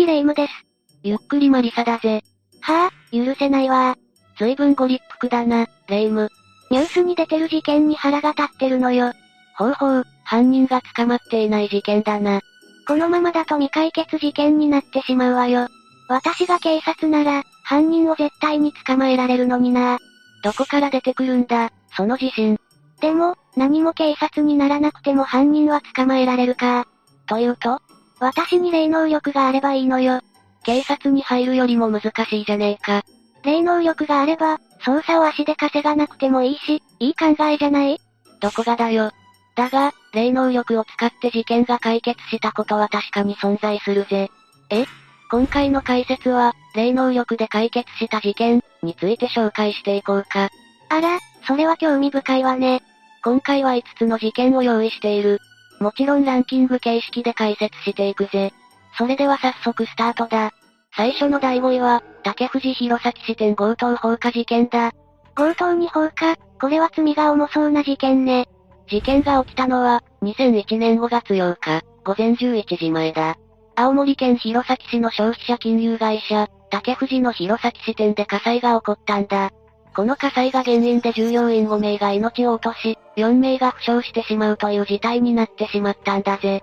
霊夢です。 ゆっくりマリサだぜ。 はぁ、許せないわー。 随分ご立腹だな、霊夢。 ニュースに出てる事件に腹が立ってるのよ。 ほうほう、犯人が捕まっていない事件だな。 このままだと未解決事件になってしまうわよ。私が警察なら、犯人を絶対に捕まえられるのにな。 どこから出てくるんだ、その自信。 でも、何も警察にならなくても犯人は捕まえられるか。 というと？ 私に霊能力があればいいのよ。 警察に入るよりも難しいじゃねえか。 霊能力があれば、捜査を足で稼がなくてもいいし、いい考えじゃない？ どこがだよ。だが、霊能力を使って事件が解決したことは確かに存在するぜ。今回の解説は、霊能力で解決した事件について紹介していこうか。 あら、それは興味深いわね。 今回は5つの事件を用意している。もちろんランキング形式で解説していくぜ。それでは早速スタートだ。最初の第5位は、竹藤弘前支店強盗放火事件だ。 強盗に放火、これは罪が重そうな事件ね。 事件が起きたのは、2001年5月8日、午前11時前だ。青森県弘前市の消費者金融会社、竹藤の弘前支店で火災が起こったんだ。この火災が原因で従業員5名が命を落とし、4名が負傷してしまうという事態になってしまったんだぜ。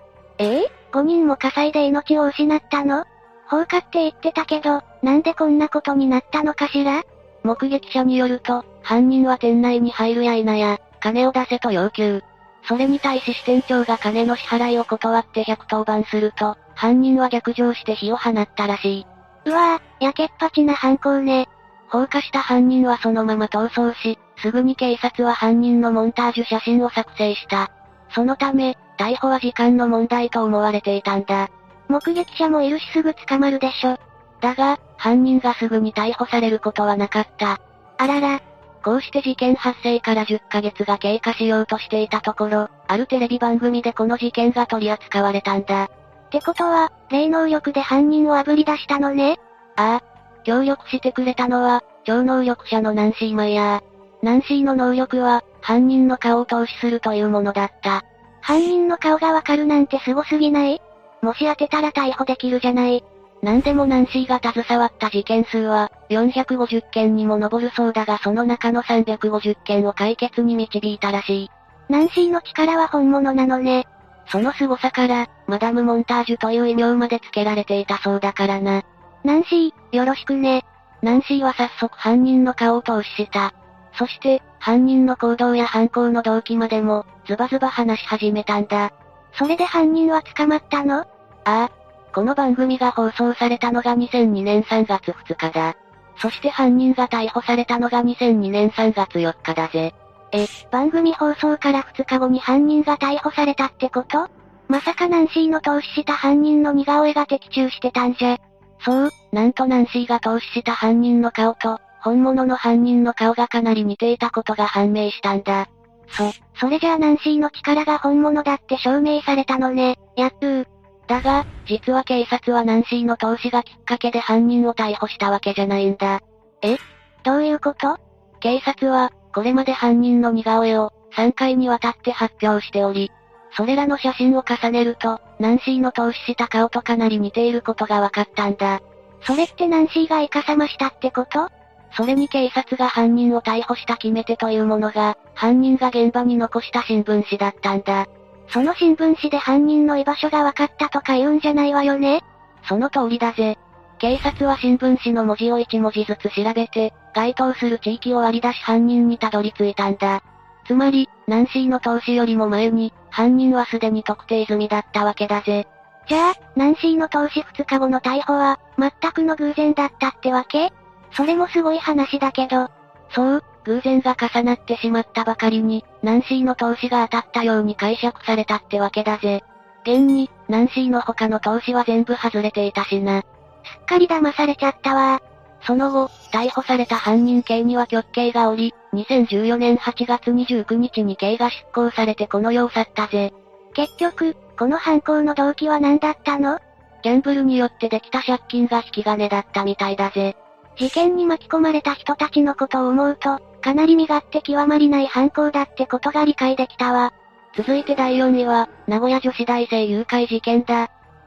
5人も火災で命を失ったの？放火って言ってたけど、なんでこんなことになったのかしら？ 目撃者によると、犯人は店内に入るや否や、金を出せと要求。それに対し支店長が金の支払いを断って110番すると、犯人は逆上して火を放ったらしい。 うわぁ、やけっぱちな犯行ね。 放火した犯人はそのまま逃走し、すぐに警察は犯人のモンタージュ写真を作成した。そのため、逮捕は時間の問題と思われていたんだ。 目撃者もいるしすぐ捕まるでしょ。 だが、犯人がすぐに逮捕されることはなかった。 あらら。 こうして事件発生から10ヶ月が経過しようとしていたところ、あるテレビ番組でこの事件が取り扱われたんだ。 ってことは、霊能力で犯人を炙り出したのね。 ああ。協力してくれたのは、超能力者のナンシー・マイヤー。ナンシーの能力は、犯人の顔を透視するというものだった。 犯人の顔がわかるなんてすごすぎない？もし当てたら逮捕できるじゃない。 なんでもナンシーが携わった事件数は、450件にも上るそうだがその中の350件を解決に導いたらしい。 ナンシーの力は本物なのね。 その凄さから、マダム・モンタージュという異名まで付けられていたそうだからな。 ナンシー、よろしくね。 ナンシーは早速犯人の顔を透視した。そして、犯人の行動や犯行の動機までも、ズバズバ話し始めたんだ。 それで犯人は捕まったの？ ああ。この番組が放送されたのが2002年3月2日だ。そして犯人が逮捕されたのが2002年3月4日だぜ。 番組放送から2日後に犯人が逮捕されたってこと？まさかナンシーの透視した犯人の似顔絵が的中してたんじゃ。 そう、なんとナンシーが透視した犯人の顔と、本物の犯人の顔がかなり似ていたことが判明したんだ。 それじゃあナンシーの力が本物だって証明されたのね。やっとー。 だが、実は警察はナンシーの透視がきっかけで犯人を逮捕したわけじゃないんだ。 どういうこと？ 警察は、これまで犯人の似顔絵を、3回にわたって発表しており、それらの写真を重ねると、ナンシーの透視した顔とかなり似ていることが分かったんだ。 それってナンシーがイカサマしたってこと？ それに警察が犯人を逮捕した決め手というものが、犯人が現場に残した新聞紙だったんだ。 その新聞紙で犯人の居場所が分かったとか言うんじゃないわよね？ その通りだぜ。警察は新聞紙の文字を1文字ずつ調べて、該当する地域を割り出し犯人にたどり着いたんだ。つまり、ナンシーの透視よりも前に、犯人はすでに特定済みだったわけだぜ。 じゃあ、ナンシーの透視2日後の逮捕は、全くの偶然だったってわけ？それもすごい話だけど。 そう、偶然が重なってしまったばかりに、ナンシーの透視が当たったように解釈されたってわけだぜ。現に、ナンシーの他の透視は全部外れていたしな。 すっかり騙されちゃったわ。 その後、逮捕された犯人刑には極刑がおり、2014年8月29日に刑が執行されてこの世を去ったぜ。 結局、この犯行の動機は何だったの？ ギャンブルによってできた借金が引き金だったみたいだぜ。 事件に巻き込まれた人たちのことを思うと、かなり身勝手極まりない犯行だってことが理解できたわ。 続いて第4位は、名古屋女子大生誘拐事件だ。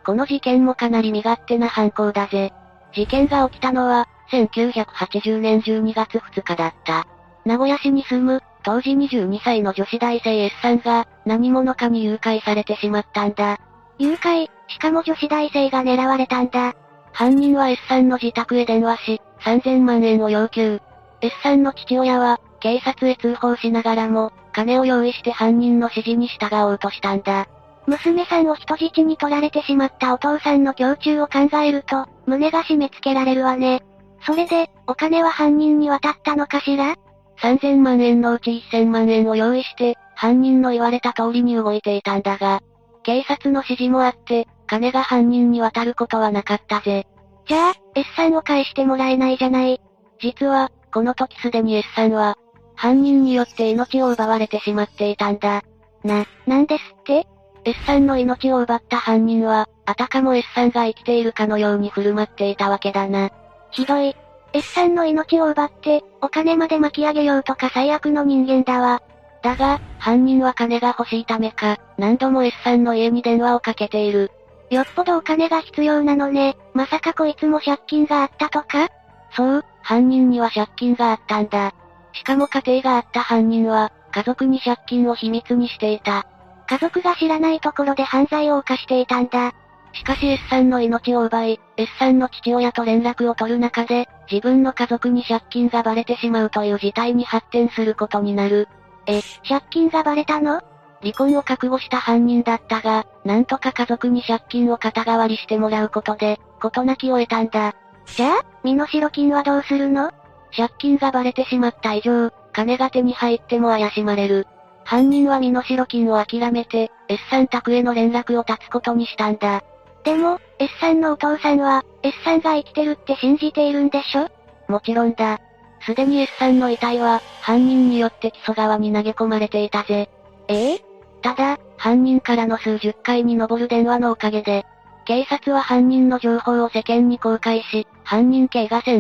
この事件もかなり身勝手な犯行だぜ。事件が起きたのは、1980年12月2日だった。名古屋市に住む、当時22歳の女子大生 S さんが、何者かに誘拐されてしまったんだ。 誘拐、しかも女子大生が狙われたんだ。 犯人は S さんの自宅へ電話し、3000万円を要求。S さんの父親は、警察へ通報しながらも、金を用意して犯人の指示に従おうとしたんだ。 娘さんを人質に取られてしまったお父さんの胸中を考えると、胸が締め付けられるわね。それで、お金は犯人に渡ったのかしら？ 3000 万円のうち1000万円を用意して、犯人の言われた通りに動いていたんだが、警察の指示もあって、金が犯人に渡ることはなかったぜ。 じゃあ、S さんを返してもらえないじゃない。 実は、この時すでに S さんは、犯人によって命を奪われてしまっていたんだ。 なんですって？ S さんの命を奪った犯人は、あたかも S さんが生きているかのように振る舞っていたわけだな。 ひどい。S さんの命を奪って、お金まで巻き上げようとか最悪の人間だわ。 だが、犯人は金が欲しいためか、何度も S さんの家に電話をかけている。 よっぽどお金が必要なのね。まさかこいつも借金があったとか？ そう、犯人には借金があったんだ。しかも家庭があった犯人は、家族に借金を秘密にしていた。 家族が知らないところで犯罪を犯していたんだ。 しかし S さんの命を奪い、S さんの父親と連絡を取る中で、自分の家族に借金がバレてしまうという事態に発展することになる。 借金がバレたの？ 離婚を覚悟した犯人だったが、なんとか家族に借金を肩代わりしてもらうことで、事なきを得たんだ。 じゃあ、身代金はどうするの？ 借金がバレてしまった以上、金が手に入っても怪しまれる。犯人は身代金を諦めて、S さん宅への連絡を絶つことにしたんだ。 でも、S さんのお父さんは、S さんが生きてるって信じているんでしょ？ もちろんだ。すでに S さんの遺体は、犯人によって木曽川に投げ込まれていたぜ。ただ、犯人からの数十回に上る電話のおかげで、警察は犯人の情報を世間に公開し、犯人Kが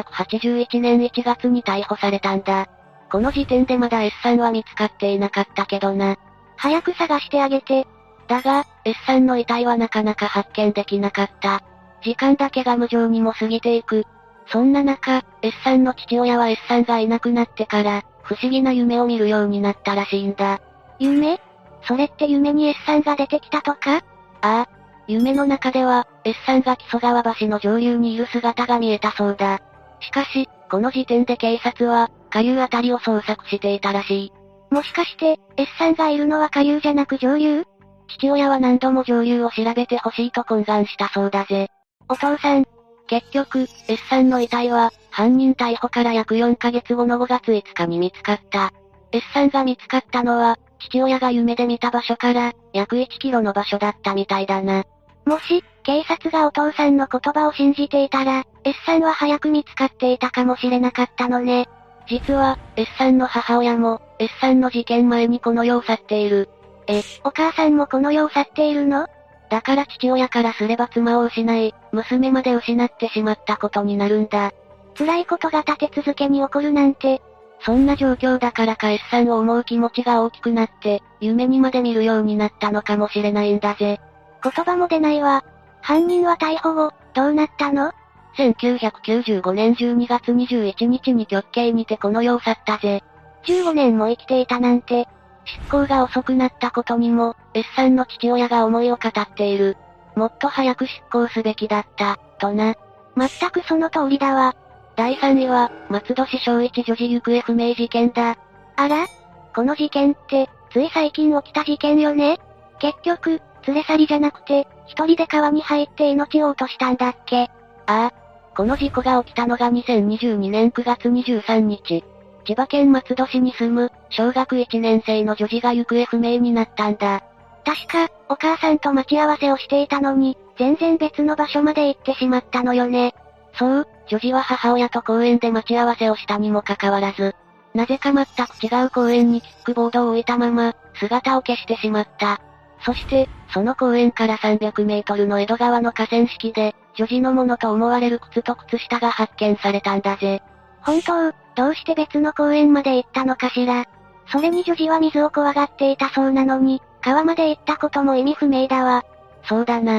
1981年1月に逮捕されたんだ。この時点でまだ S さんは見つかっていなかったけどな。 早く探してあげて。 だが、S さんの遺体はなかなか発見できなかった。時間だけが無情にも過ぎていく。そんな中、S さんの父親は S さんがいなくなってから、不思議な夢を見るようになったらしいんだ。 夢？それって夢に S さんが出てきたとか？ ああ。夢の中では、S さんが木曽川橋の上流にいる姿が見えたそうだ。しかし、この時点で警察は、下流あたりを捜索していたらしい。 もしかして、S さんがいるのは下流じゃなく上流？ 父親は何度も上流を調べてほしいと懇願したそうだぜ。 お父さん。 結局、S さんの遺体は、犯人逮捕から約4ヶ月後の5月5日に見つかった。S さんが見つかったのは、父親が夢で見た場所から、約1キロの場所だったみたいだな。 もし、警察がお父さんの言葉を信じていたら、S さんは早く見つかっていたかもしれなかったのね。 実は、S さんの母親も、S さんの事件前にこの世を去っている。 お母さんもこの世を去っているの？ だから父親からすれば妻を失い、娘まで失ってしまったことになるんだ。 辛いことが立て続けに起こるなんて。 そんな状況だからか S さんを思う気持ちが大きくなって、夢にまで見るようになったのかもしれないんだぜ。 言葉も出ないわ。犯人は逮捕後、どうなったの ？1995年12月21日に極刑にてこの世を去ったぜ。 15年も生きていたなんて。 執行が遅くなったことにも、S さんの父親が思いを語っている。もっと早く執行すべきだった、とな。 全くその通りだわ。 第3位は、松戸市小一女児行方不明事件だ。 あら？この事件って、つい最近起きた事件よね？結局、連れ去りじゃなくて、一人で川に入って命を落としたんだっけ？ ああ。この事故が起きたのが2022年9月23日。千葉県松戸市に住む、小学1年生の女児が行方不明になったんだ。 確か、お母さんと待ち合わせをしていたのに、全然別の場所まで行ってしまったのよね。 そう、女児は母親と公園で待ち合わせをしたにもかかわらず、なぜか全く違う公園にキックボードを置いたまま、姿を消してしまった。そして、その公園から300メートルの江戸川の河川敷で、女児のものと思われる靴と靴下が発見されたんだぜ。 本当、どうして別の公園まで行ったのかしら。それに女児は水を怖がっていたそうなのに、川まで行ったことも意味不明だわ。 そうだな。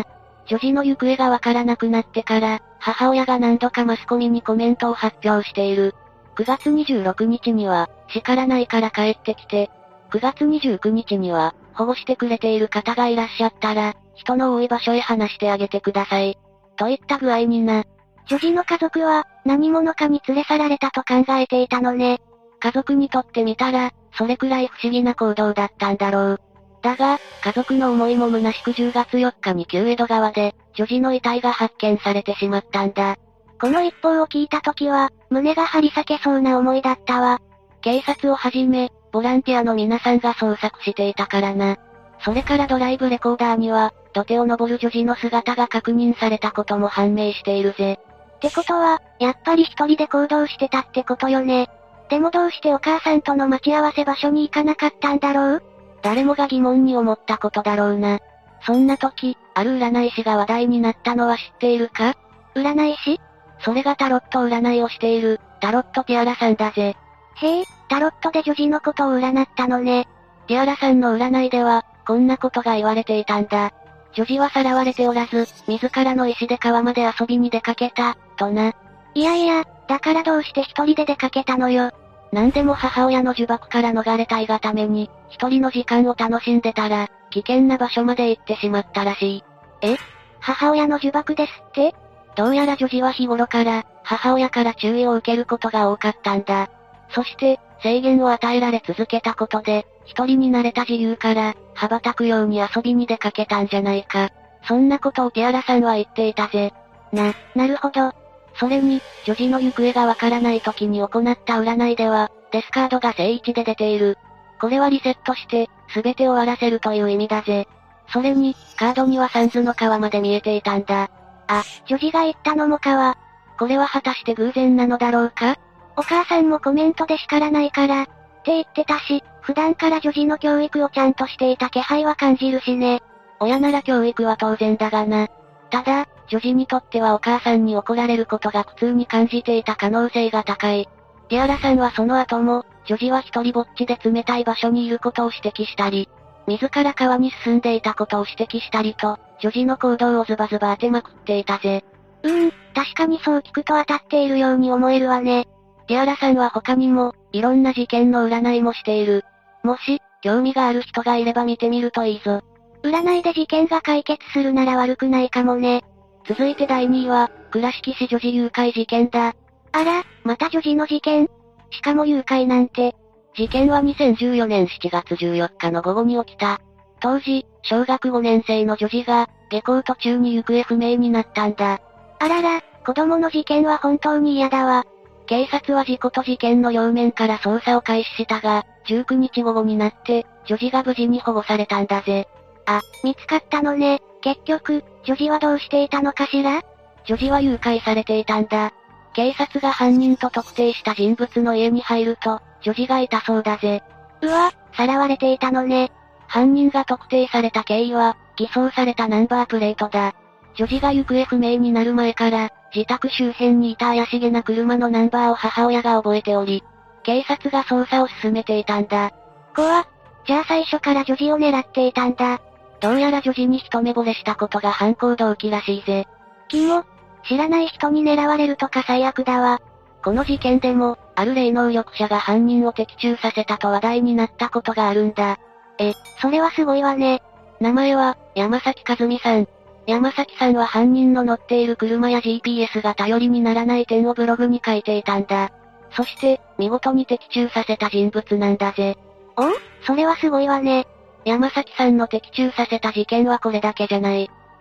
女児の行方がわからなくなってから、母親が何度かマスコミにコメントを発表している。9月26日には、叱らないから帰ってきて、9月29日には、保護してくれている方がいらっしゃったら、人の多い場所へ話してあげてください。といった具合にな。 女児の家族は、何者かに連れ去られたと考えていたのね。 家族にとってみたら、それくらい不思議な行動だったんだろう。だが、家族の思いも虚しく10月4日に旧江戸川で、女児の遺体が発見されてしまったんだ。 この一報を聞いた時は、胸が張り裂けそうな思いだったわ。 警察をはじめ、ボランティアの皆さんが捜索していたからな。それからドライブレコーダーには、土手を登る女児の姿が確認されたことも判明しているぜ。 ってことは、やっぱり一人で行動してたってことよね。でもどうしてお母さんとの待ち合わせ場所に行かなかったんだろう？ 誰もが疑問に思ったことだろうな。そんな時、ある占い師が話題になったのは知っているか？ 占い師？ それがタロット占いをしている、タロットティアラさんだぜ。 へえ、タロットで女児のことを占ったのね。 ティアラさんの占いでは、こんなことが言われていたんだ。女児はさらわれておらず、自らの意思で川まで遊びに出かけた、とな。 いやいや、だからどうして一人で出かけたのよ。 なんでも母親の呪縛から逃れたいがために、一人の時間を楽しんでたら、危険な場所まで行ってしまったらしい。 え？母親の呪縛ですって？ どうやら女児は日頃から、母親から注意を受けることが多かったんだ。そして、制限を与えられ続けたことで、一人になれた自由から、羽ばたくように遊びに出かけたんじゃないか。そんなことをティアラさんは言っていたぜ。 なるほど。 それに、女児の行方がわからない時に行った占いでは、デスカードが正位置で出ている。これはリセットして、すべて終わらせるという意味だぜ。それに、カードにはサンズの川まで見えていたんだ。 あ、女児が言ったのも川。 これは果たして偶然なのだろうか？ お母さんもコメントで叱らないから、って言ってたし、普段から女児の教育をちゃんとしていた気配は感じるしね。 親なら教育は当然だがな。ただ、女児にとってはお母さんに怒られることが苦痛に感じていた可能性が高い。ティアラさんはその後も、女児は一人ぼっちで冷たい場所にいることを指摘したり、自ら川に進んでいたことを指摘したりと、女児の行動をズバズバ当てまくっていたぜ。 確かにそう聞くと当たっているように思えるわね。 ティアラさんは他にも、いろんな事件の占いもしている。もし、興味がある人がいれば見てみるといいぞ。 占いで事件が解決するなら悪くないかもね。 続いて第2位は、倉敷市女児誘拐事件だ。 あら、また女児の事件？しかも誘拐なんて。 事件は2014年7月14日の午後に起きた。当時、小学5年生の女児が、下校途中に行方不明になったんだ。 あらら、子供の事件は本当に嫌だわ。 警察は事故と事件の両面から捜査を開始したが、19日午後になって、女児が無事に保護されたんだぜ。 あ、見つかったのね。結局、女児はどうしていたのかしら？ 女児は誘拐されていたんだ。警察が犯人と特定した人物の家に入ると、女児がいたそうだぜ。 うわ、さらわれていたのね。 犯人が特定された経緯は、偽装されたナンバープレートだ。女児が行方不明になる前から、自宅周辺にいた怪しげな車のナンバーを母親が覚えており、警察が捜査を進めていたんだ。 怖っ。じゃあ最初から女児を狙っていたんだ。 どうやら女児に一目惚れしたことが犯行動機らしいぜ。 キモ。知らない人に狙われるとか最悪だわ。 この事件でも、ある霊能力者が犯人を的中させたと話題になったことがあるんだ。 それはすごいわね。 名前は、山崎和美さん。山崎さんは犯人の乗っている車や GPS が頼りにならない点をブログに書いていたんだ。そして、見事に的中させた人物なんだぜ。 お？それはすごいわね。 山崎さんの的中させた事件はこれだけじゃない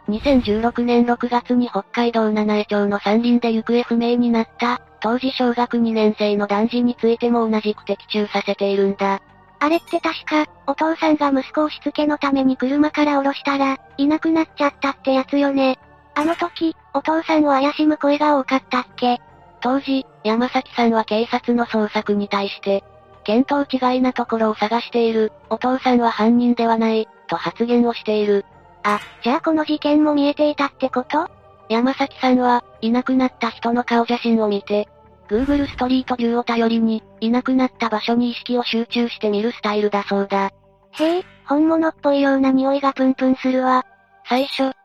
。2016年6月に北海道七飯町の山林で行方不明になった、当時小学2年生の男児についても同じく的中させているんだ。 あれって確か、お父さんが息子をしつけのために車から降ろしたら、いなくなっちゃったってやつよね。あの時、お父さんを怪しむ声が多かったっけ？ 当時、山崎さんは警察の捜索に対して、見当違いなところを探している、お父さんは犯人ではない、と発言をしている。 あ、じゃあこの事件も見えていたってこと？ 山崎さんは、いなくなった人の顔写真を見て、Google ストリートビューを頼りに、いなくなった場所に意識を集中して見るスタイルだそうだ。 へえ、本物っぽいような匂いがプンプンするわ。 最初、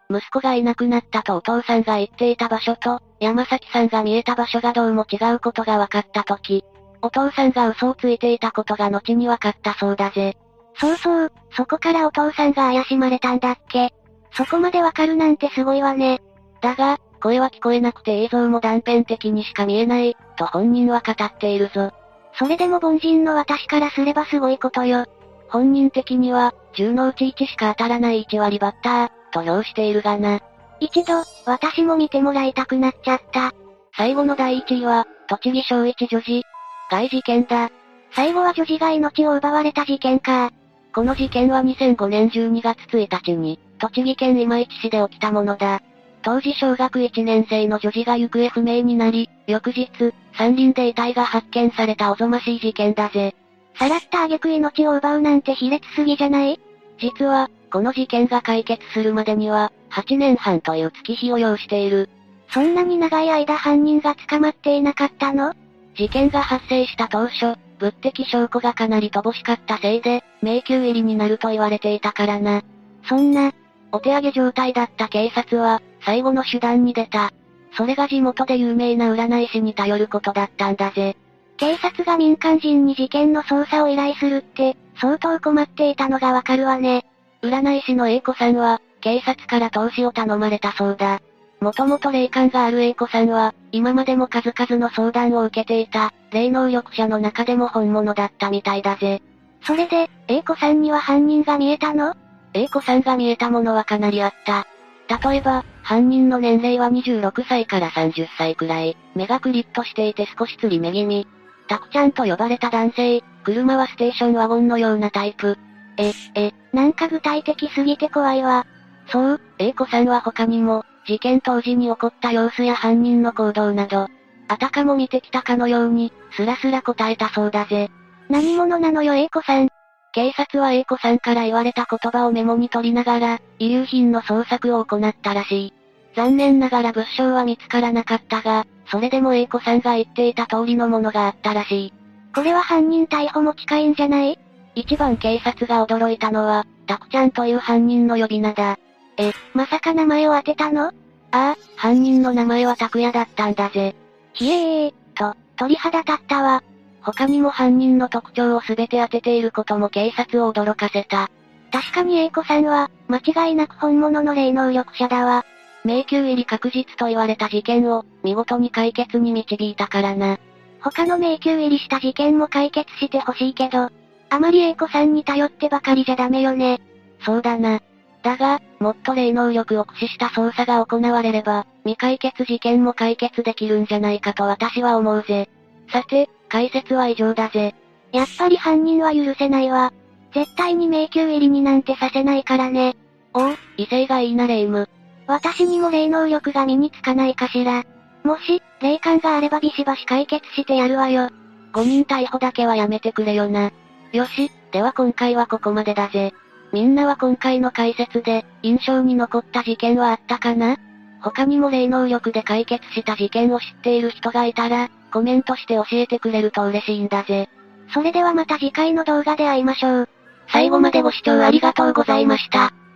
息子がいなくなったとお父さんが言っていた場所と、山崎さんが見えた場所がどうも違うことが分かったとき、お父さんが嘘をついていたことが後に分かったそうだぜ。 そうそう、そこからお父さんが怪しまれたんだっけ。そこまでわかるなんてすごいわね。 だが、声は聞こえなくて映像も断片的にしか見えない、と本人は語っているぞ。 それでも凡人の私からすればすごいことよ。 本人的には、10のうち1しか当たらない1割バッター、と評しているがな。 一度、私も見てもらいたくなっちゃった。 最後の第1位は、栃木小一女児害事件だ。 最後は女児が命を奪われた事件か。 この事件は2005年12月1日に、栃木県今市市で起きたものだ。当時小学1年生の女児が行方不明になり、翌日、山林で遺体が発見されたおぞましい事件だぜ。 さらった挙句命を奪うなんて卑劣すぎじゃない？ 実は、この事件が解決するまでには、8年半という月日を要している。 そんなに長い間犯人が捕まっていなかったの？ 事件が発生した当初、物的証拠がかなり乏しかったせいで、迷宮入りになると言われていたからな。 そんな、 お手上げ状態だった警察は、最後の手段に出た。それが地元で有名な占い師に頼ることだったんだぜ。 警察が民間人に事件の捜査を依頼するって、相当困っていたのがわかるわね。 占い師の A 子さんは、警察から投資を頼まれたそうだ。もともと霊感がある A 子さんは、今までも数々の相談を受けていた、霊能力者の中でも本物だったみたいだぜ。 それで、A 子さんには犯人が見えたの？ A 子さんが見えたものはかなりあった。例えば、犯人の年齢は26歳から30歳くらい、目がクリッとしていて少し釣り目気味。タクちゃんと呼ばれた男性、車はステーションワゴンのようなタイプ。 なんか具体的すぎて怖いわ。 そう、A 子さんは他にも、事件当時に起こった様子や犯人の行動など、あたかも見てきたかのように、スラスラ答えたそうだぜ。 何者なのよ A 子さん。 警察は A 子さんから言われた言葉をメモに取りながら、遺留品の捜索を行ったらしい。残念ながら物証は見つからなかったが、それでも A 子さんが言っていた通りのものがあったらしい。 これは犯人逮捕も近いんじゃない？ 一番警察が驚いたのは、タクちゃんという犯人の呼び名だ。 まさか名前を当てたの？ ああ、犯人の名前は拓也だったんだぜ。 ひえー、鳥肌立ったわ。 他にも犯人の特徴を全て当てていることも警察を驚かせた。 確かに A 子さんは、間違いなく本物の霊能力者だわ。 迷宮入り確実と言われた事件を、見事に解決に導いたからな。 他の迷宮入りした事件も解決してほしいけど、あまり A 子さんに頼ってばかりじゃダメよね。 そうだな。だが、もっと霊能力を駆使した捜査が行われれば、未解決事件も解決できるんじゃないかと私は思うぜ。さて、解説は以上だぜ。 やっぱり犯人は許せないわ。絶対に迷宮入りになんてさせないからね。 おう、威勢がいいな霊夢。 私にも霊能力が身につかないかしら。もし、霊感があればビシバシ解決してやるわよ。 誤認逮捕だけはやめてくれよな。よし、では今回はここまでだぜ。みんなは今回の解説で、印象に残った事件はあったかな？他にも霊能力で解決した事件を知っている人がいたら、コメントして教えてくれると嬉しいんだぜ。 それではまた次回の動画で会いましょう。 最後までご視聴ありがとうございました。